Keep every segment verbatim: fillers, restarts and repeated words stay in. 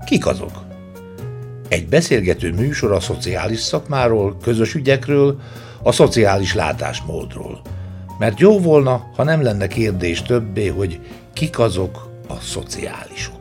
Kik azok? Egy beszélgető műsor a szociális szakmáról, közös ügyekről, a szociális látásmódról. Mert jó volna, ha nem lenne kérdés többé, hogy kik azok a szociálisok.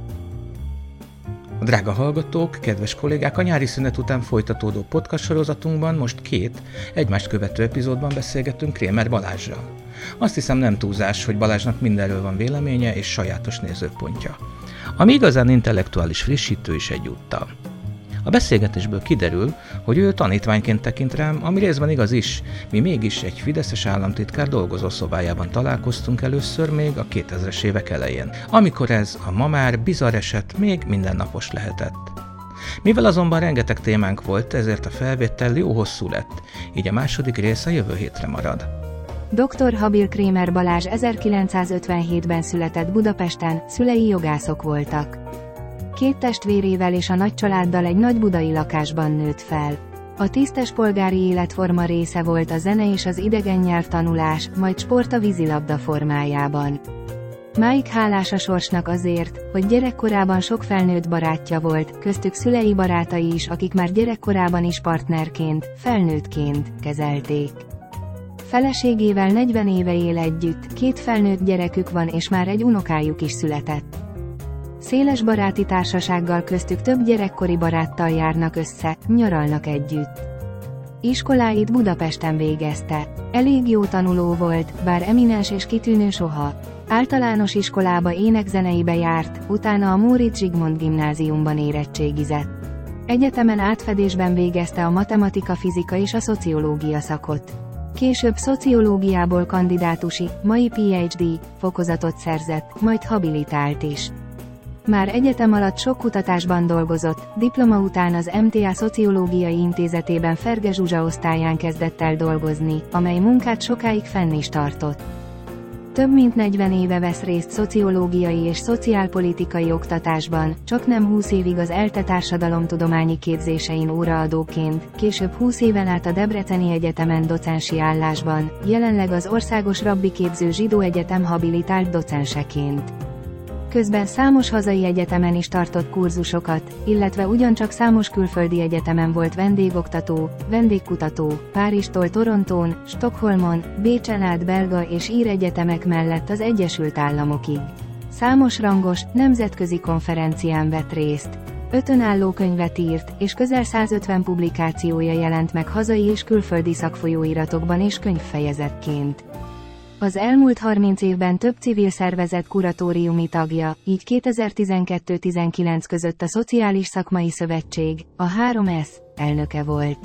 Drága hallgatók, kedves kollégák, a nyári szünet után folytatódó podcast sorozatunkban most két egymást követő epizódban beszélgetünk Krémer Balázsral. Azt hiszem, nem túlzás, hogy Balázsnak mindenről van véleménye és sajátos nézőpontja, ami igazán intellektuális frissítő is egyúttal. A beszélgetésből kiderül, hogy ő tanítványként tekint rám, ami részben igaz is, mi mégis egy fideszes államtitkár dolgozószobájában találkoztunk először még a kétezres évek elején, amikor ez a ma már bizarr eset még mindennapos lehetett. Mivel azonban rengeteg témánk volt, ezért a felvétel jó hosszú lett, így a második rész a jövő hétre marad. doktor Habil Krémer Balázs ezerkilencszázötvenhétben született Budapesten, szülei jogászok voltak. Két testvérével és a nagycsaláddal egy nagy budai lakásban nőtt fel. A tisztes polgári életforma része volt a zene és az idegen nyelv tanulás, majd sport a vízilabda formájában. Máig hálás a sorsnak azért, hogy gyerekkorában sok felnőtt barátja volt, köztük szülei barátai is, akik már gyerekkorában is partnerként, felnőttként kezelték. Feleségével negyven éve él együtt, két felnőtt gyerekük van és már egy unokájuk is született. Széles baráti társasággal köztük több gyerekkori baráttal járnak össze, nyaralnak együtt. Iskoláit Budapesten végezte. Elég jó tanuló volt, bár eminens és kitűnő soha. Általános iskolába énekzeneibe járt, utána a Móricz Zsigmond gimnáziumban érettségizett. Egyetemen átfedésben végezte a matematika, fizika és a szociológia szakot. Később szociológiából kandidátusi, mai pé há dé fokozatot szerzett, majd habilitált is. Már egyetem alatt sok kutatásban dolgozott, diploma után az em té á Szociológiai Intézetében Ferge Zsuzsa osztályán kezdett el dolgozni, amely munkát sokáig fenn is tartott. Több mint negyven éve vesz részt szociológiai és szociálpolitikai oktatásban, csaknem húsz évig az ELTE társadalomtudományi képzésein óraadóként, később húsz éven át a Debreceni Egyetemen docensi állásban, jelenleg az Országos Rabbiképző Zsidó Egyetem habilitált docenseként. Közben számos hazai egyetemen is tartott kurzusokat, illetve ugyancsak számos külföldi egyetemen volt vendégoktató, vendégkutató, Párizstól Torontón, Stockholmon, Bécsen át belga és ír egyetemek mellett az Egyesült Államokig. Számos rangos, nemzetközi konferencián vett részt. Öt önálló könyvet írt, és közel százötven publikációja jelent meg hazai és külföldi szakfolyóiratokban és könyvfejezetként. Az elmúlt harminc évben több civil szervezet kuratóriumi tagja, így kétezer-tizenkettő-tizenkilenc között a Szociális Szakmai Szövetség, a három es elnöke volt.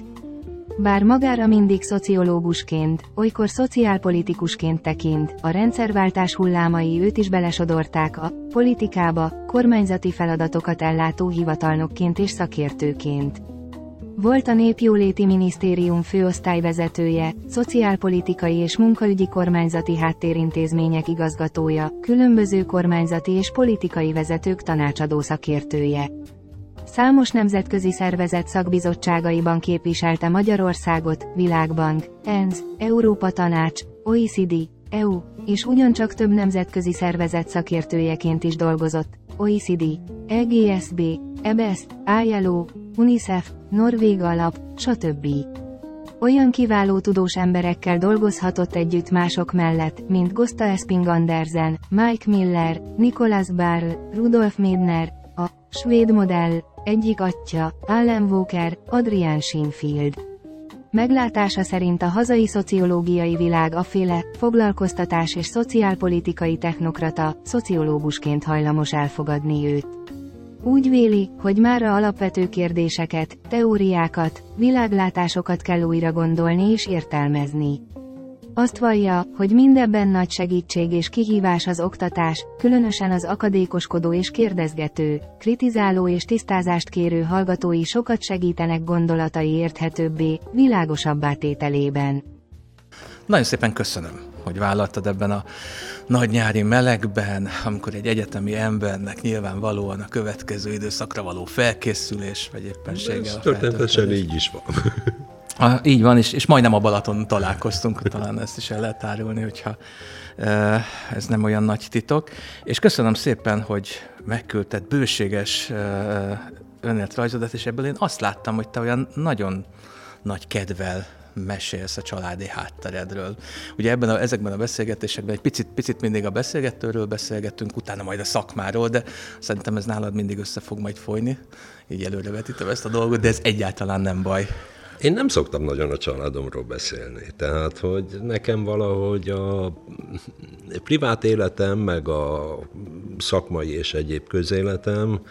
Bár magára mindig szociológusként, olykor szociálpolitikusként tekint, a rendszerváltás hullámai őt is belesodorták a politikába, kormányzati feladatokat ellátó hivatalnokként és szakértőként. Volt a Népjóléti Minisztérium főosztályvezetője, szociálpolitikai és munkaügyi kormányzati háttérintézmények igazgatója, különböző kormányzati és politikai vezetők tanácsadó szakértője. Számos nemzetközi szervezet szakbizottságaiban képviselte Magyarországot, Világbank, ENSZ, Európa Tanács, o e cé dé, é u, és ugyancsak több nemzetközi szervezet szakértőjeként is dolgozott, o e cé dé, é gé es bé, é bé e es, i el o, UNICEF, Norvég Alap, stb. Olyan kiváló tudós emberekkel dolgozhatott együtt mások mellett, mint Gosta Esping Andersen, Mike Miller, Nicholas Barr, Rudolf Medner, a svéd modell egyik atya, Alan Walker, Adrian Shinfield. Meglátása szerint a hazai szociológiai világ aféle, foglalkoztatás és szociálpolitikai technokrata, szociológusként hajlamos elfogadni őt. Úgy véli, hogy mára alapvető kérdéseket, teóriákat, világlátásokat kell újra gondolni és értelmezni. Azt vallja, hogy mindebben nagy segítség és kihívás az oktatás, különösen az akadékoskodó és kérdezgető, kritizáló és tisztázást kérő hallgatói sokat segítenek gondolatai érthetőbbé, világosabbá tételében. Nagyon szépen köszönöm, hogy vállaltad ebben a nagy nyári melegben, amikor egy egyetemi embernek nyilvánvalóan a következő időszakra való felkészülés, vagy éppenséggel a történetesen így is van. A, így van, és, és majdnem a Balatonon találkoztunk, talán ezt is el lehet árulni, hogyha e, ez nem olyan nagy titok. És köszönöm szépen, hogy megküldted bőséges e, önéletrajzodat, és ebből én azt láttam, hogy te olyan nagyon nagy kedvel mesélsz a családi hátteredről. Ugye ebben a, ezekben a beszélgetésekben egy picit, picit mindig a beszélgetőről beszélgettünk, utána majd a szakmáról, de szerintem ez nálad mindig össze fog majd folyni. Így előrevetítem ezt a dolgot, de ez egyáltalán nem baj. Én nem szoktam nagyon a családomról beszélni, tehát, hogy nekem valahogy a privát életem, meg a szakmai és egyéb közéletem,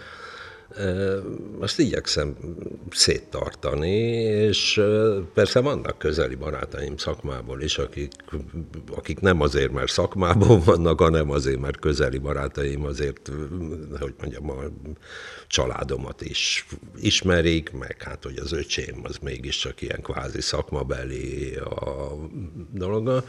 azt igyekszem széttartani, és persze vannak közeli barátaim szakmából is, akik, akik nem azért, mert szakmában vannak, hanem azért, mert közeli barátaim azért, hogy mondjam, a családomat is ismerik, meg hát, hogy az öcsém az mégiscsak ilyen kvázi szakmabeli a dolga.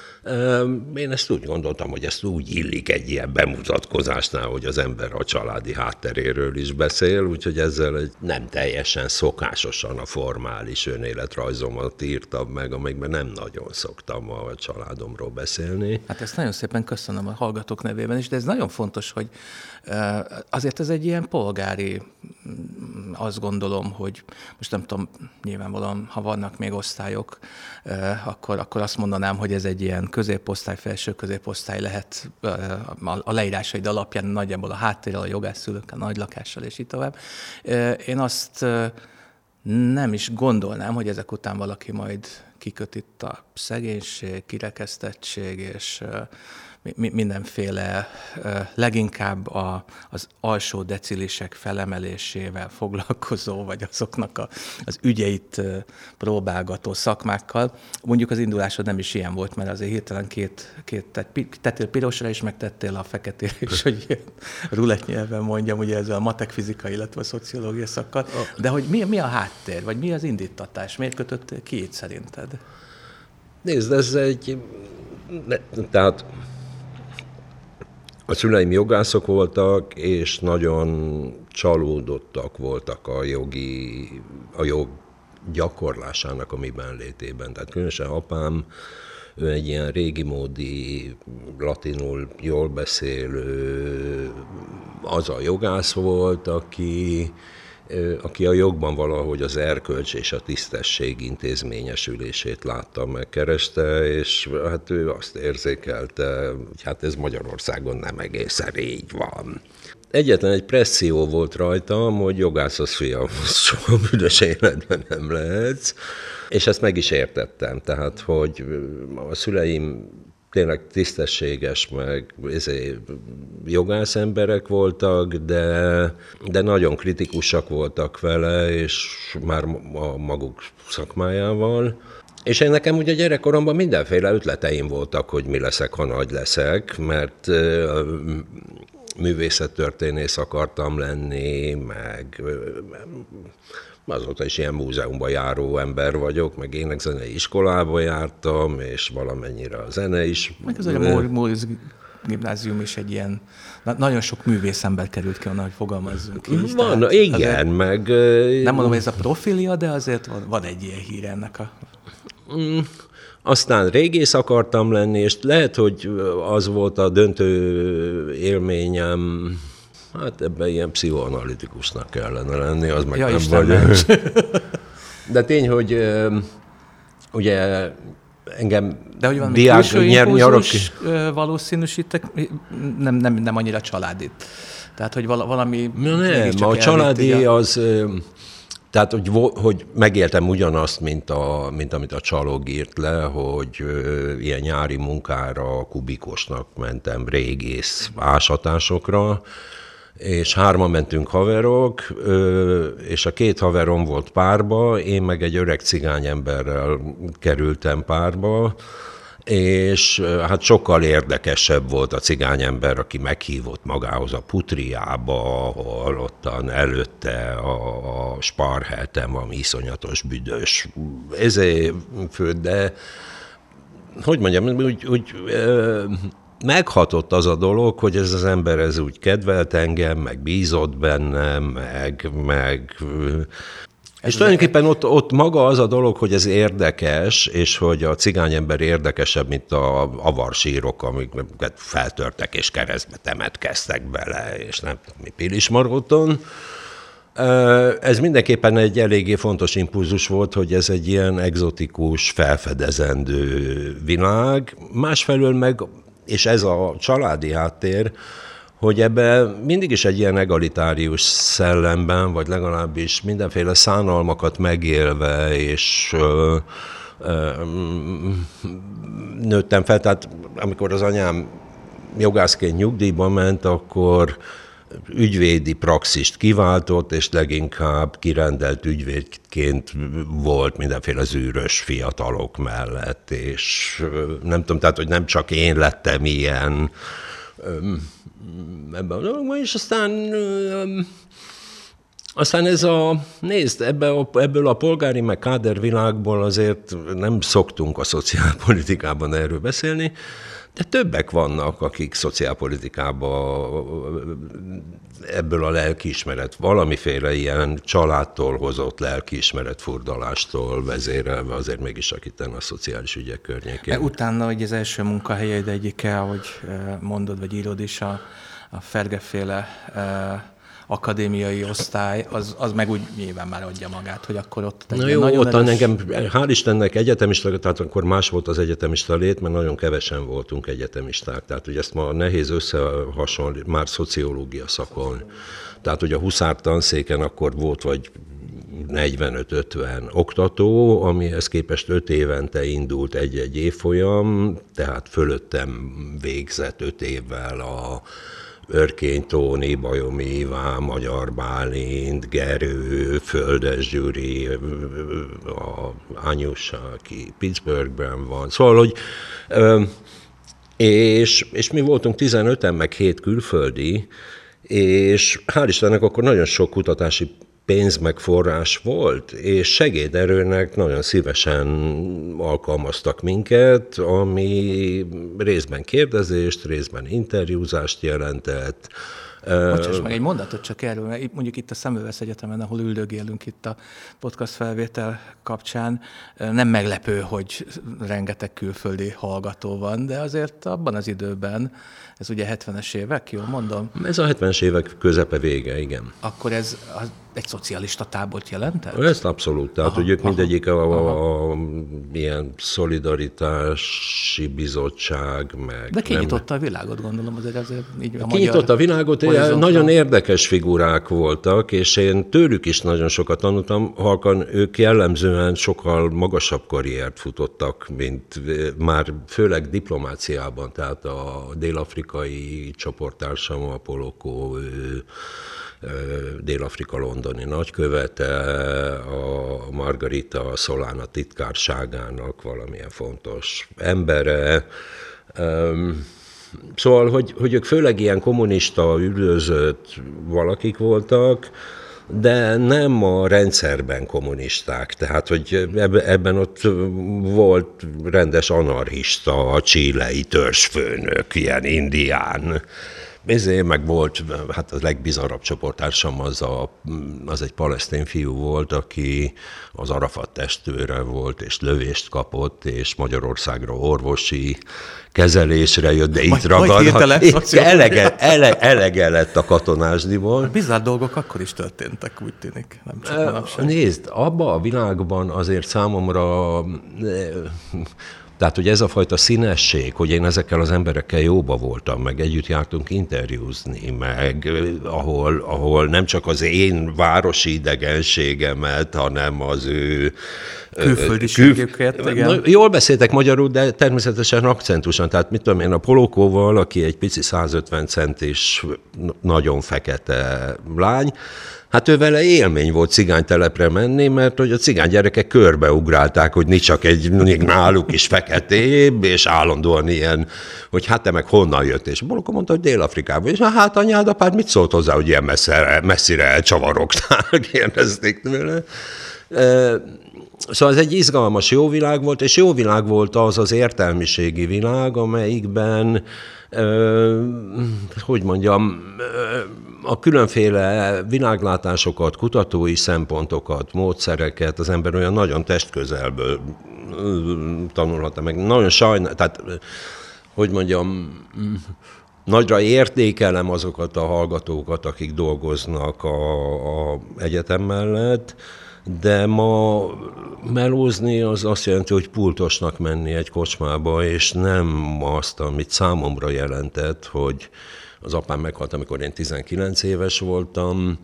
Én ezt úgy gondoltam, hogy ezt úgy illik egy ilyen bemutatkozásnál, hogy az ember a családi hátteréről is beszél, úgyhogy ezzel egy nem teljesen szokásosan a formális önéletrajzomat írtam meg, amikben nem nagyon szoktam a családomról beszélni. Hát ezt nagyon szépen köszönöm a hallgatók nevében is, de ez nagyon fontos, hogy azért ez egy ilyen polgári, azt gondolom, hogy most nem tudom, nyilvánvalóan, ha vannak még osztályok, akkor, akkor azt mondanám, hogy ez egy ilyen középosztály, felső középosztály lehet a leírásaid alapján nagyjából a háttérrel, a jogászszülőkkel, nagy lakással, és így tovább. Én azt nem is gondolnám, hogy ezek után valaki majd kiköt itt a szegénység, kirekesztettség, és mindenféle, leginkább a, az alsó decilisek felemelésével foglalkozó, vagy azoknak a, az ügyeit próbálgató szakmákkal. Mondjuk az indulásod nem is ilyen volt, mert azért hirtelen két, két tettél pirosra, és megtettél a feketére is, hogy ilyen rulett nyelven mondjam, ugye ezzel a matek fizika, illetve a szociológia szakkal. De hogy mi, mi a háttér, vagy mi az indítatás? Miért kötöttél ki így szerinted? Nézd, ez egy... Tehát... A szüleim jogászok voltak, és nagyon csalódottak voltak a jogi, a jog gyakorlásának a miben létében. Tehát különösen apám, ő egy ilyen régi módi, latinul jól beszélő, az a jogász volt, aki, aki a jogban valahogy az erkölcs és a tisztesség intézményesülését látta, megkereste, és hát ő azt érzékelte, hogy hát ez Magyarországon nem egészen így van. Egyetlen egy presszió volt rajtam, hogy jogász az fiam, soha büdös életben nem lehetsz, és ezt meg is értettem, tehát hogy a szüleim tényleg tisztességes, meg jogász emberek voltak, de, de nagyon kritikusak voltak vele, és már a maguk szakmájával. És én nekem ugye gyerekkoromban mindenféle ötleteim voltak, hogy mi leszek, ha nagy leszek, mert művészettörténész akartam lenni, meg azóta is ilyen múzeumban járó ember vagyok, meg énekzenei iskolába jártam, és valamennyire a zene is. Meg az, hogy a Móricz gimnázium is egy ilyen, nagyon sok művész ember került ki onnan, hogy fogalmazzunk így. Van, igen, meg... Nem mondom, hogy ez a profilia, de azért van, van egy ilyen hír ennek a... Aztán régész akartam lenni, és lehet, hogy az volt a döntő élményem, hát ebben ilyen pszichoanalitikusnak kellene lenni, az meg ja, nem vagy. De tény, hogy ugye engem de hogy van diák, külső nyer, impulzus valószínűsítek, nem, nem, nem annyira családit. Tehát, hogy valami... Nem, a családi elvitt, az... Tehát, hogy, hogy megéltem ugyanazt, mint, a, mint amit a Csalog írt le, hogy ö, ilyen nyári munkára kubikosnak mentem, régész ásatásokra, és hárman mentünk haverok, ö, és a két haverom volt párba, én meg egy öreg cigányemberrel kerültem párba, és hát sokkal érdekesebb volt a cigányember, aki meghívott magához a putriába, ahol ottan előtte a, a Sparhelten van iszonyatos büdös. Ezért fő, de hogy mondjam, úgy, úgy ö, meghatott az a dolog, hogy ez az ember ez úgy kedvelt engem, meg bízott bennem, meg... meg És tulajdonképpen ott, ott maga az a dolog, hogy ez érdekes, és hogy a cigányember érdekesebb, mint a avarsírok, amiket feltörtek és keresztbe temetkeztek bele, és nem mi Pilismaróton. Ez mindenképpen egy eléggé fontos impulzus volt, hogy ez egy ilyen egzotikus, felfedezendő világ. Másfelől meg, és ez a családi háttér, hogy ebben mindig is egy ilyen egalitárius szellemben, vagy legalábbis mindenféle szánalmakat megélve, és ö, ö, nőttem fel. Tehát amikor az anyám jogászként nyugdíjba ment, akkor ügyvédi praxist kiváltott, és leginkább kirendelt ügyvédként volt mindenféle zűrös fiatalok mellett, és nem tudom, tehát, hogy nem csak én lettem ilyen ebben a dologban, és aztán aztán ez a, nézd, ebbe a, ebből a polgári meg kádervilágból azért nem szoktunk a szociálpolitikában erről beszélni, de többek vannak, akik szociálpolitikában ebből a lelkiismeret, valamiféle ilyen családtól hozott lelkiismeret furdalástól vezérelve azért mégis akiten a szociális ügyek környékén. Utána, hogy az első munkahelyeid egyike, ahogy mondod, vagy írod is, a, a Ferge-féle akadémiai osztály, az, az meg úgy nyilván már adja magát, hogy akkor ott... Na jó, nagyon ott erős... engem, hál' Istennek egyetemista, tehát akkor más volt az egyetemista lét, mert nagyon kevesen voltunk egyetemisták. Tehát, hogy ezt ma nehéz összehasonlítani, már szociológia szakon. Tehát, hogy a Huszár tanszéken akkor volt vagy negyvenöt-ötven oktató, amihez képest öt évente indult egy-egy évfolyam, tehát fölöttem végzett öt évvel a Örkény Tóni, Bajomi Iván, Magyar Bálint, Gerő, Földes Gyuri, a anyusa, aki Pittsburghben van. Szóval, hogy és, és mi voltunk tizenöten, meg hét külföldi, és hál' Istennek akkor nagyon sok kutatási pénz meg forrás volt, és segéderőnek nagyon szívesen alkalmaztak minket, ami részben kérdezést, részben interjúzást jelentett. Bocsáss meg egy mondatot csak erről, mert mondjuk itt a Szemövesz Egyetemen, ahol üldögélünk itt a podcast felvétel kapcsán, nem meglepő, hogy rengeteg külföldi hallgató van, de azért abban az időben, ez ugye hetvenes évek, jól mondom? Ez a hetvenes évek közepe vége, igen. Akkor ez egy szocialista tábort jelentett? Ezt abszolút, tehát aha, hogy ők aha, mindegyik a, a, a ilyen szolidaritási bizottság, meg... De kinyitotta nem... a világot, gondolom, azért azért így a kinyitotta a világot, nagyon érdekes figurák voltak, és én tőlük is nagyon sokat tanultam, halkan ők jellemzően sokkal magasabb karriert futottak, mint már főleg diplomáciában, tehát a dél-afrikai csoporttársam, a Polokó, Dél-Afrika londoni nagykövete, a Margarita Solana titkárságának valamilyen fontos embere. Szóval, hogy, hogy ők főleg ilyen kommunista, üldözött valakik voltak, de nem a rendszerben kommunisták. Tehát, hogy ebben ott volt rendes anarchista, a chilei törzsfőnök, ilyen indián. Ezért meg volt, hát a legbizarabb csoporttársam az, a, az egy palesztin fiú volt, aki az Arafat testvére volt, és lövést kapott, és Magyarországra orvosi kezelésre jött, de itt ragadhat. Elege, ele, elege lett a katonásdiból. Bizarr dolgok akkor is történtek, úgy tűnik. Nem csak manapság. Nézd, abban a világban azért számomra... Tehát, hogy ez a fajta színesség, hogy én ezekkel az emberekkel jóba voltam, meg együtt jártunk interjúzni, meg ahol, ahol nem csak az én városi idegenségemet, hanem az ő... külföldiségüket, kül... igen. Jól beszéltek magyarul, de természetesen akcentusan. Tehát mit tudom én, a Polókóval, aki egy pici százötven centis, nagyon fekete lány, hát ő vele élmény volt cigánytelepre menni, mert hogy a cigány gyerekek körbeugrálták, hogy nincs csak egy náluk is feketébb, és állandóan ilyen, hogy hát te meg honnan jött, és Bolokó mondta, hogy Dél-Afrikából, és hát anyád, apád mit szólt hozzá, hogy ilyen messzire, messzire elcsavarogtál, kérdezték tőle. Szóval ez egy izgalmas jó világ volt, és jó világ volt az az értelmiségi világ, amelyikben, hogy mondjam, a különféle világlátásokat, kutatói szempontokat, módszereket az ember olyan nagyon testközelből tanulhatta meg. Nagyon sajnál, tehát, hogy mondjam, nagyra értékelem azokat a hallgatókat, akik dolgoznak a, a egyetem mellett, de ma melózni az azt jelenti, hogy pultosnak menni egy kocsmába, és nem azt, amit számomra jelentett, hogy az apám meghalt, amikor én tizenkilenc éves voltam,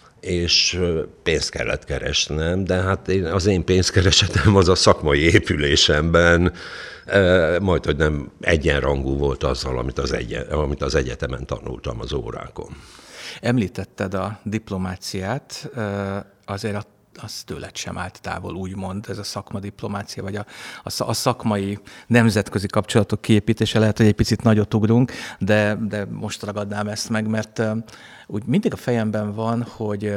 és pénzt kellett keresnem, de hát én, az én pénzkeresetem az a szakmai épülésemben majd, hogy nem egyenrangú volt azzal, amit az, egyen, amit az egyetemen tanultam az órákon. Említetted a diplomáciát, azért az tőled sem állt távol, úgymond, ez a szakmadiplomácia, vagy a, a szakmai nemzetközi kapcsolatok kiépítése. Lehet, hogy egy picit nagyot ugrunk, de, de most ragadnám ezt meg, mert úgy mindig a fejemben van, hogy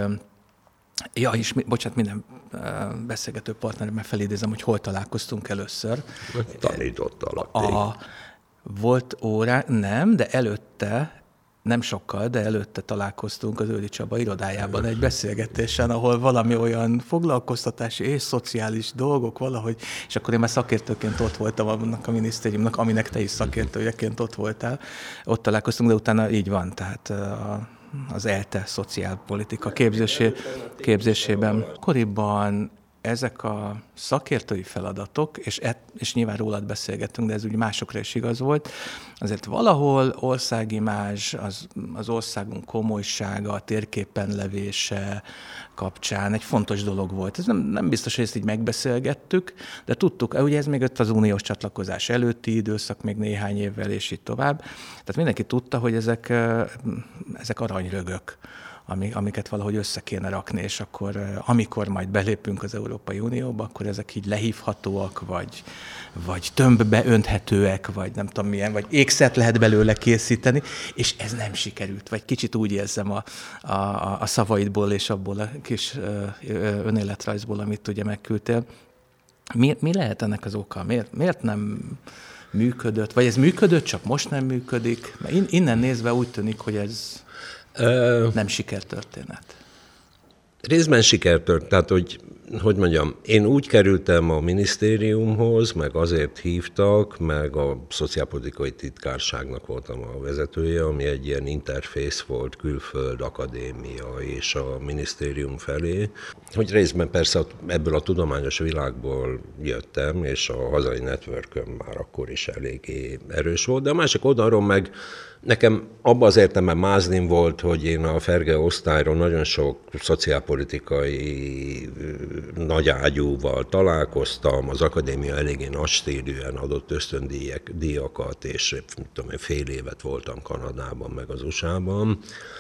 ja, és bocsánat, minden beszélgető partneremmel felidézem, hogy hol találkoztunk először. Tanítottalak. A, volt órá, nem, de előtte, nem sokkal, de előtte találkoztunk az Őri Csaba irodájában egy beszélgetésen, ahol valami olyan foglalkoztatási és szociális dolgok valahogy, és akkor én már szakértőként ott voltam annak a minisztériumnak, aminek te is szakértőjeként ott voltál. Ott találkoztunk, de utána így van, tehát a, az ELTE szociálpolitika képzésé, képzésében. Akkoriban ezek a szakértői feladatok, és, et, és nyilván rólad beszélgettünk, de ez úgy másokra is igaz volt, azért valahol országimázs, az, az országunk komolysága, a térképen levése kapcsán egy fontos dolog volt. Ez nem, nem biztos, hogy ezt így megbeszélgettük, de tudtuk, ugye ez még ott az uniós csatlakozás előtti időszak, még néhány évvel, és így tovább. Tehát mindenki tudta, hogy ezek, ezek aranyrögök, amiket valahogy össze kéne rakni, és akkor amikor majd belépünk az Európai Unióba, akkor ezek így lehívhatóak, vagy, vagy tömbbe önthetőek, vagy nem tudom milyen, vagy ékszert lehet belőle készíteni, és ez nem sikerült, vagy kicsit úgy érzem a, a, a szavaidból és abból a kis önéletrajzból, amit ugye megküldtél. Mi, mi lehet ennek az oka? Miért, miért nem működött? Vagy ez működött, csak most nem működik? Mert innen nézve úgy tűnik, hogy ez nem sikertörténet. Részben sikertörténet, tehát hogy, hogy mondjam, én úgy kerültem a minisztériumhoz, meg azért hívtak, meg a szociálpolitikai titkárságnak voltam a vezetője, ami egy ilyen interfész volt külföld, akadémia és a minisztérium felé, hogy részben persze ebből a tudományos világból jöttem, és a hazai networköm már akkor is eléggé erős volt, de a másik oldalról meg nekem abban az értelemben mázlim volt, hogy én a Ferge osztályról nagyon sok szociálpolitikai nagyágyúval találkoztam, az akadémia eléggé nagy stílűen adott ösztöndíjakat, és tudom én, fél évet voltam Kanadában, meg az u es á-ban,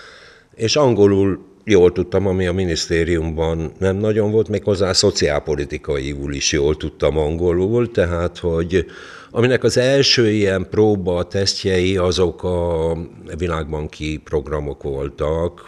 és angolul jól tudtam, ami a minisztériumban nem nagyon volt, méghozzá szociálpolitikaiul is jól tudtam angolul, tehát hogy aminek az első ilyen próba tesztjei azok a világbanki programok voltak,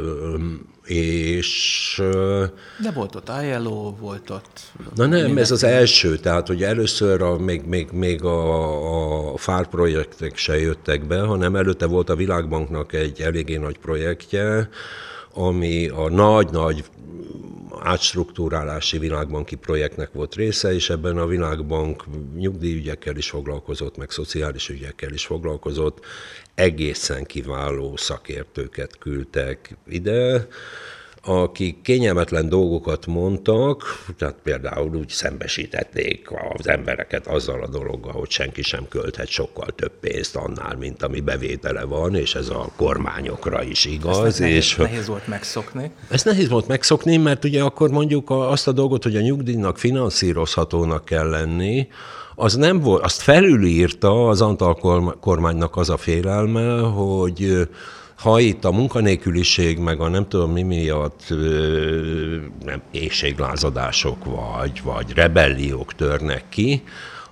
és... De volt ott I L O, volt ott... Na nem, mindenki. Ez az első, tehát hogy először a, még, még, még a, a fár projektek se jöttek be, hanem előtte volt a Világbanknak egy eléggé nagy projektje, ami a nagy-nagy átstruktúrálási világbanki projektnek volt része, és ebben a Világbank nyugdíjügyekkel is foglalkozott, meg szociális ügyekkel is foglalkozott. Egészen kiváló szakértőket küldtek ide, akik kényelmetlen dolgokat mondtak, tehát például úgy szembesítették az embereket azzal a dologgal, hogy senki sem költhet sokkal több pénzt annál, mint ami bevétele van, és ez a kormányokra is igaz. Ezt nehéz, és nehéz volt megszokni. Ezt nehéz volt megszokni, mert ugye akkor mondjuk azt a dolgot, hogy a nyugdíjnak finanszírozhatónak kell lenni, az nem volt, azt felülírta az Antal kormánynak az a félelme, hogy ha itt a munkanélküliség, meg a nem tudom mi miatt nem, éhséglázadások vagy, vagy rebelliók törnek ki,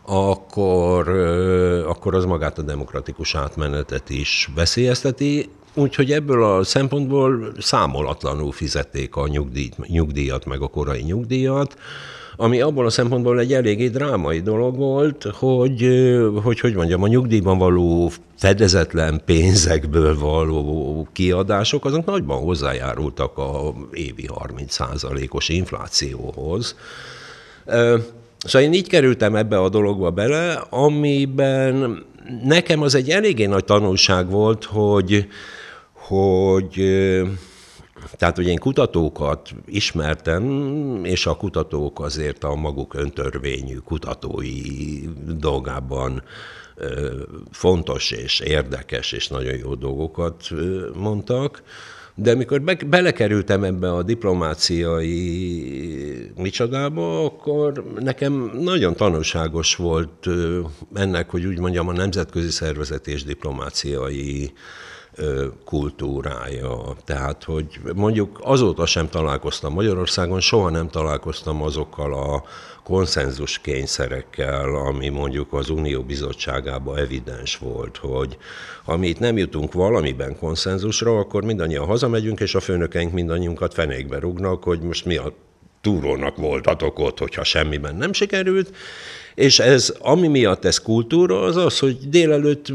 akkor, akkor az magát a demokratikus átmenetet is veszélyezteti. Úgyhogy ebből a szempontból számolatlanul fizették a nyugdíj, nyugdíjat, meg a korai nyugdíjat, ami abból a szempontból egy eléggé drámai dolog volt, hogy, hogy, hogy mondjam, a nyugdíjban való fedezetlen pénzekből való kiadások, azok nagyban hozzájárultak a évi harminc százalékos inflációhoz. Szóval én így kerültem ebbe a dologba bele, amiben nekem az egy eléggé nagy tanulság volt, hogy, hogy tehát, hogy én kutatókat ismertem, és a kutatók azért a maguk öntörvényű kutatói dolgában fontos és érdekes és nagyon jó dolgokat mondtak, de amikor be, belekerültem ebbe a diplomáciai micsodába, akkor nekem nagyon tanulságos volt ennek, hogy úgy mondjam, a nemzetközi szervezet és diplomáciai kultúrája. Tehát, hogy mondjuk azóta sem találkoztam Magyarországon, soha nem találkoztam azokkal a konszenzus kényszerekkel, ami mondjuk az Unió bizottságában evidens volt, hogy ha mi itt nem jutunk valamiben konszenzusra, akkor mindannyian hazamegyünk, és a főnökeink mindannyiunkat fenékbe rúgnak, hogy most mi a túrónak voltatok ott, hogyha semmiben nem sikerült. És ez, ami miatt ez kultúra, az az, hogy délelőtt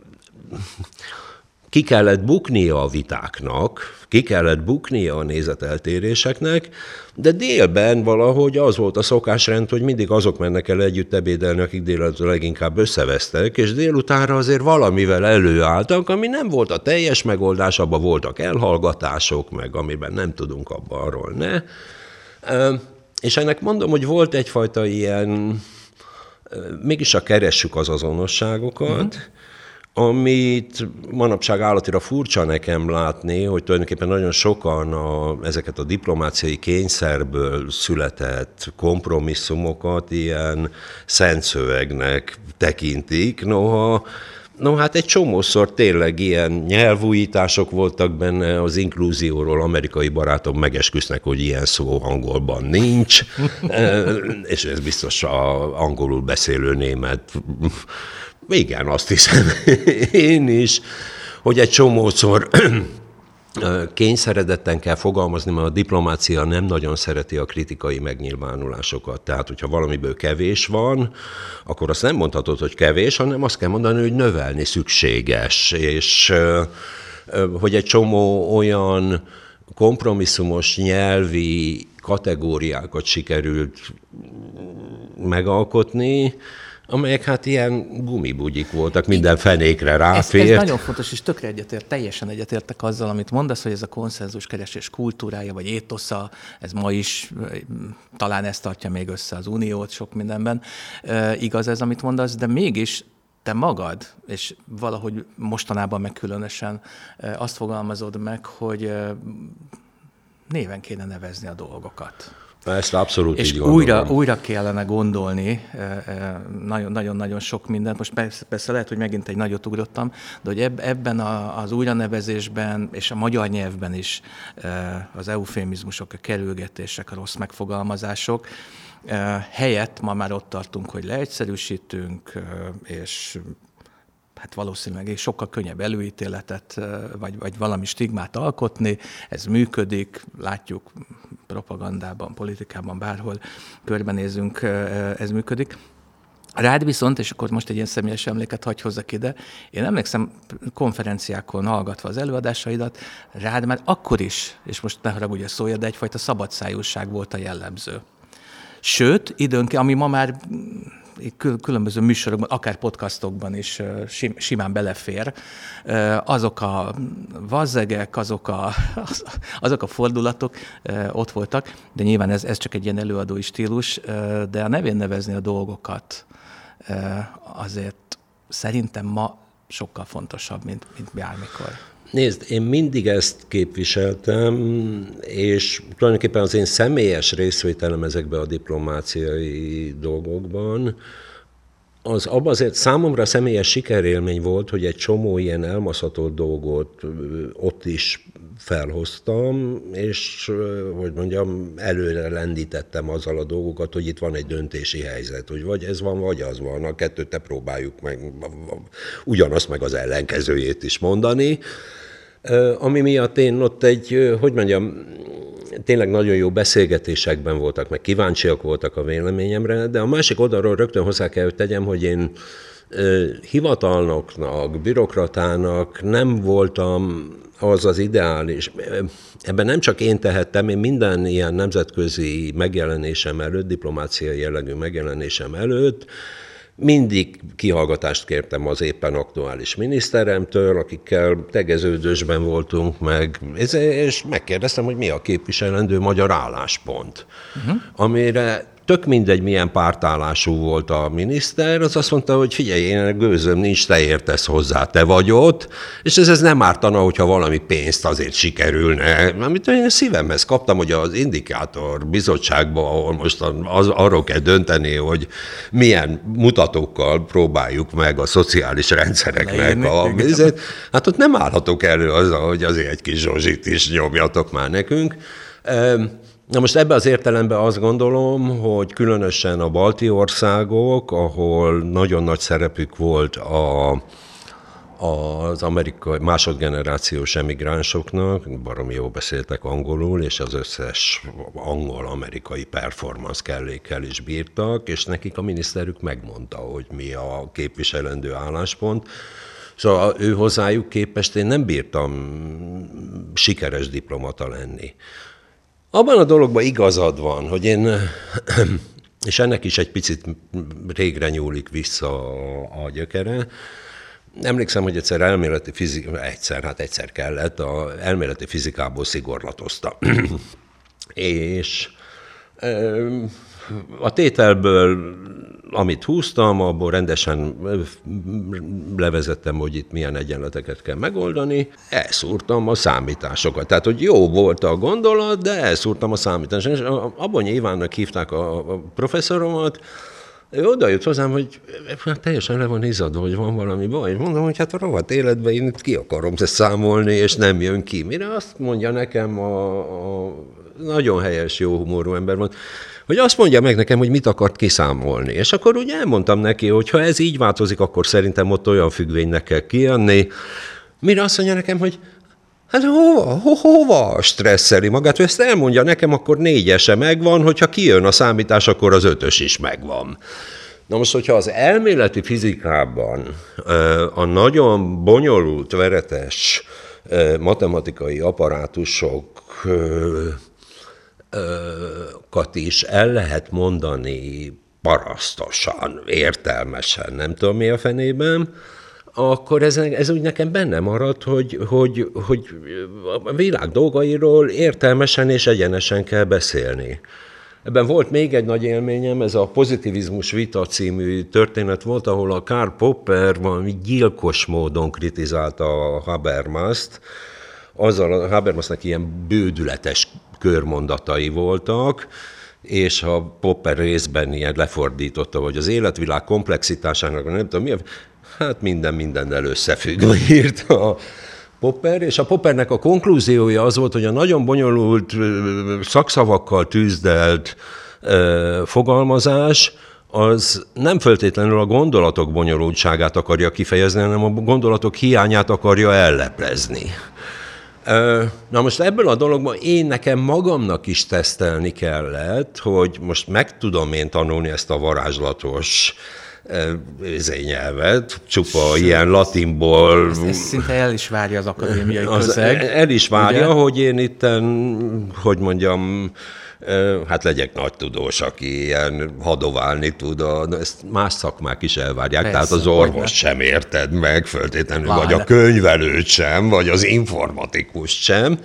ki kellett buknia a vitáknak, ki kellett buknia a nézeteltéréseknek, de délben valahogy az volt a szokásrend, hogy mindig azok mennek el együtt ebédelni, akik délelőtt leginkább összevesztek, és délutánra azért valamivel előálltak, ami nem volt a teljes megoldás, abban voltak elhallgatások, meg amiben nem tudunk abban arról, ne. És ennek mondom, hogy volt egyfajta ilyen, mégis a keressük az azonosságokat, mm. amit manapság állatira furcsa nekem látni, hogy tulajdonképpen nagyon sokan a, ezeket a diplomáciai kényszerből született kompromisszumokat ilyen szent szövegnek tekintik. Noha, no hát egy csomószor tényleg ilyen nyelvújítások voltak benne, az inklúzióról amerikai barátom megesküsznek, hogy ilyen szó angolban nincs, és ez biztos a angolul beszélő német. Igen, azt hiszem én is, hogy egy csomószor kényszeredetten kell fogalmazni, mert a diplomácia nem nagyon szereti a kritikai megnyilvánulásokat. Tehát, hogyha valamiből kevés van, akkor azt nem mondhatod, hogy kevés, hanem azt kell mondani, hogy növelni szükséges, és hogy egy csomó olyan kompromisszumos nyelvi kategóriákat sikerült megalkotni, amelyek hát ilyen gumibugyik voltak, minden fenékre ráfért. Ez, ez nagyon fontos, és tökre egyetért, teljesen egyetértek azzal, amit mondasz, hogy ez a konszenzuskeresés kultúrája, vagy étosza, ez ma is, talán ez tartja még össze az uniót sok mindenben. E, igaz ez, amit mondasz, de mégis te magad, és valahogy mostanában meg különösen azt fogalmazod meg, hogy néven kéne nevezni a dolgokat. Ezt abszolút és így újra, újra kellene gondolni nagyon-nagyon sok mindent. Most persze, persze lehet, hogy megint egy nagyot ugrottam, de hogy ebben a, az újranevezésben és a magyar nyelvben is az eufémizmusok, a kerülgetések, a rossz megfogalmazások helyett ma már ott tartunk, hogy leegyszerűsítünk, és hát valószínűleg sokkal könnyebb előítéletet, vagy, vagy valami stigmát alkotni, ez működik, látjuk propagandában, politikában, bárhol körbenézünk, ez működik. Rád viszont, és akkor most egy ilyen személyes emléket hagy hozzak ide, én emlékszem konferenciákon hallgatva az előadásaidat, rád már akkor is, és most ne haragudj a szója, de egyfajta szabadszájúság volt a jellemző. Sőt, időnként, ami ma már különböző műsorokban, akár podcastokban is simán belefér, azok a vazzegek, azok a, azok a fordulatok ott voltak, de nyilván ez, ez csak egy ilyen előadói stílus, de a nevén nevezni a dolgokat azért szerintem ma sokkal fontosabb, mint, mint bármikor. Nézd, én mindig ezt képviseltem, és tulajdonképpen az én személyes részvételem ezekben a diplomáciai dolgokban, az abban azért számomra személyes sikerélmény volt, hogy egy csomó ilyen elmaszatolt dolgot ott is felhoztam, és, hogy mondjam, előre lendítettem azzal a dolgokat, hogy itt van egy döntési helyzet, hogy vagy ez van, vagy az van, a kettőt te próbáljuk meg ugyanazt meg az ellenkezőjét is mondani. Ami miatt én ott egy, hogy mondjam, tényleg nagyon jó beszélgetésekben voltak, meg kíváncsiak voltak a véleményemre, de a másik oldalról rögtön hozzá kell, hogy tegyem, hogy én hivatalnoknak, bürokratának nem voltam az az ideális. Ebben nem csak én tehettem, én minden ilyen nemzetközi megjelenésem előtt, diplomáciai jellegű megjelenésem előtt mindig kihallgatást kértem az éppen aktuális miniszteremtől, akikkel tegeződésben voltunk meg, és megkérdeztem, hogy mi a képviselendő magyar álláspont. Uh-huh. Amire tök mindegy, milyen pártállású volt a miniszter, az azt mondta, hogy figyelj, én gőzöm nincs, te értesz hozzá, te vagy ott, és ez, ez nem ártana, hogyha valami pénzt azért sikerülne. Amit én szívemhez kaptam, hogy az indikátor bizottságban, ahol most az, arról kell dönteni, hogy milyen mutatókkal próbáljuk meg a szociális rendszereknek a vizet, hát ott nem állhatok elő azzal, hogy azért egy kis Zsozsit is nyomjatok már nekünk. Na most ebben az értelemben azt gondolom, hogy különösen a balti országok, ahol nagyon nagy szerepük volt a, az amerikai másodgenerációs emigránsoknak, baromi jól beszéltek angolul, és az összes angol-amerikai performance kellékkel is bírtak, és nekik a miniszterük megmondta, hogy mi a képviselendő álláspont. Szóval ő hozzájuk képest én nem bírtam sikeres diplomata lenni. Abban a dologban igazad van, hogy én, és ennek is egy picit régre nyúlik vissza a gyökere. Emlékszem, hogy egyszer elméleti fizika, egyszer, hát egyszer kellett, a elméleti fizikából szigorlatozta. És a tételből, amit húztam, abból rendesen levezettem, hogy itt milyen egyenleteket kell megoldani, elszúrtam a számításokat. Tehát, hogy jó volt a gondolat, de elszúrtam a számításokat. És Abonyi Ivánnak hívták a professzoromat, ő oda jött hozzám, hogy hát teljesen le van izzadva, hogy van valami baj. És mondom, hogy hát a rohadt életben én itt ki akarom ezt számolni, és nem jön ki. Mire azt mondja nekem a, a nagyon helyes, jó humorú ember van, hogy azt mondja meg nekem, hogy mit akart kiszámolni. És akkor úgy elmondtam neki, hogy ha ez így változik, akkor szerintem ott olyan függvénynek kell kijönni. Mire azt mondja nekem, hogy hát hova, ho, hova stresszeli magát, hogy ezt elmondja nekem, akkor négyese megvan, hogyha kijön a számítás, akkor az ötös is megvan. Na most, hogyha az elméleti fizikában a nagyon bonyolult, veretes matematikai apparátusok kat is el lehet mondani parasztosan, értelmesen, nem tudom mi a fenében, akkor ez, ez úgy nekem benne maradt, hogy, hogy, hogy a világ dolgairól értelmesen és egyenesen kell beszélni. Ebben volt még egy nagy élményem, ez a Pozitivizmus vita című történet volt, ahol a Karl Popper valami gyilkos módon kritizálta a Habermaszt. Azzal a Habermasnak ilyen bődületes körmondatai voltak, és a Popper részben ilyen lefordította, hogy az életvilág komplexitásának, nem tudom mi, hát minden mindennel összefügg, írt a Popper, és a Poppernek a konklúziója az volt, hogy a nagyon bonyolult szakszavakkal tűzdelt fogalmazás, az nem feltétlenül a gondolatok bonyolultságát akarja kifejezni, hanem a gondolatok hiányát akarja elleplezni. Na most ebből a dologban én nekem magamnak is tesztelni kellett, hogy most meg tudom én tanulni ezt a varázslatos nyelvet, csupa Sőt, ilyen latinból. Ezt, ezt szinte el is várja az akadémiai közeg. El is várja, ugye? Hogy én itten, hogy mondjam, hát legyek nagy tudós, aki ilyen hadoválni tud, ezt más szakmák is elvárják, persze, tehát az orvos sem érted meg föltétlenül, Vár. vagy a könyvelőt sem, vagy az informatikust sem.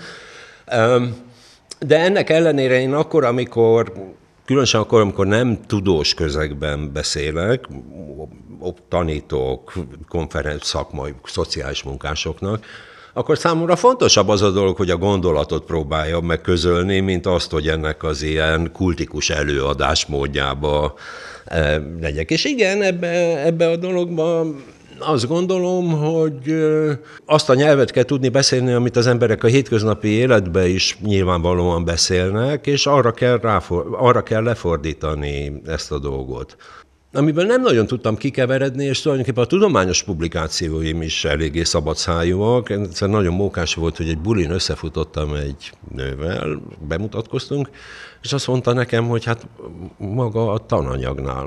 De ennek ellenére én akkor, amikor, különösen akkor, amikor nem tudós közegben beszélek, tanítok, konferenc szakmai, szociális munkásoknak, akkor számomra fontosabb az a dolog, hogy a gondolatot próbáljam megközölni, mint azt, hogy ennek az ilyen kultikus előadás módjába legyek. És igen, ebbe, ebbe a dologban Azt gondolom, hogy azt a nyelvet kell tudni beszélni, amit az emberek a hétköznapi életben is nyilvánvalóan beszélnek, és arra kell, ráfor, arra kell lefordítani ezt a dolgot. Amiben nem nagyon tudtam kikeveredni, és tulajdonképpen a tudományos publikációim is eléggé szabadszájúak. Egyszer nagyon mókás volt, hogy egy bulin összefutottam egy nővel, bemutatkoztunk, és azt mondta nekem, hogy hát maga a tananyagnál.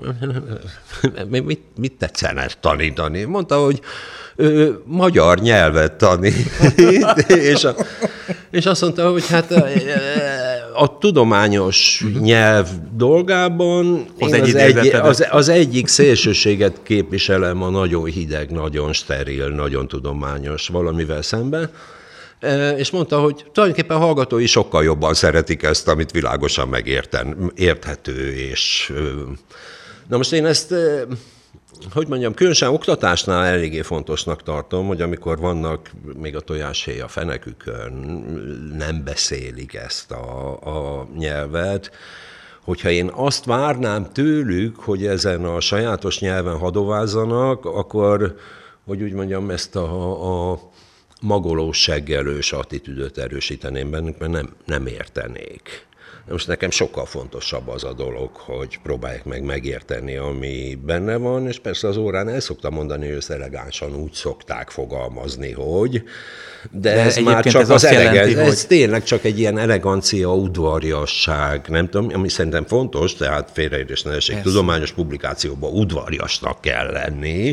Mit, mit tetszene tanítani? Mondta, hogy ő magyar nyelvet tanít. és, a, és azt mondta, hogy hát a, a tudományos nyelv dolgában az, egy az, egy, az, az egyik szélsőséget képviselem, a nagyon hideg, nagyon steril, nagyon tudományos valamivel szemben. És mondta, hogy tulajdonképpen a hallgatói sokkal jobban szeretik ezt, amit világosan megérten, érthető. És, na most én ezt, hogy mondjam, különösen oktatásnál eléggé fontosnak tartom, hogy amikor vannak még a tojáshéj a fenekükön, nem beszélik ezt a, a nyelvet, hogyha én azt várnám tőlük, hogy ezen a sajátos nyelven hadovázzanak, akkor, hogy úgy mondjam, ezt a, a magolós, seggelős attitűdöt erősíteném bennük, mert nem, nem értenék. Most nekem sokkal fontosabb az a dolog, hogy próbálják meg megérteni, ami benne van, és persze az órán el szoktam mondani, hogy ezt elegánsan úgy szokták fogalmazni, hogy, de, de ez már csak ez az elegans, hogy... ez tényleg csak egy ilyen elegancia, udvariasság, nem tudom, ami szerintem fontos, tehát félreértés ne essék, tudományos publikációban udvariasnak kell lenni,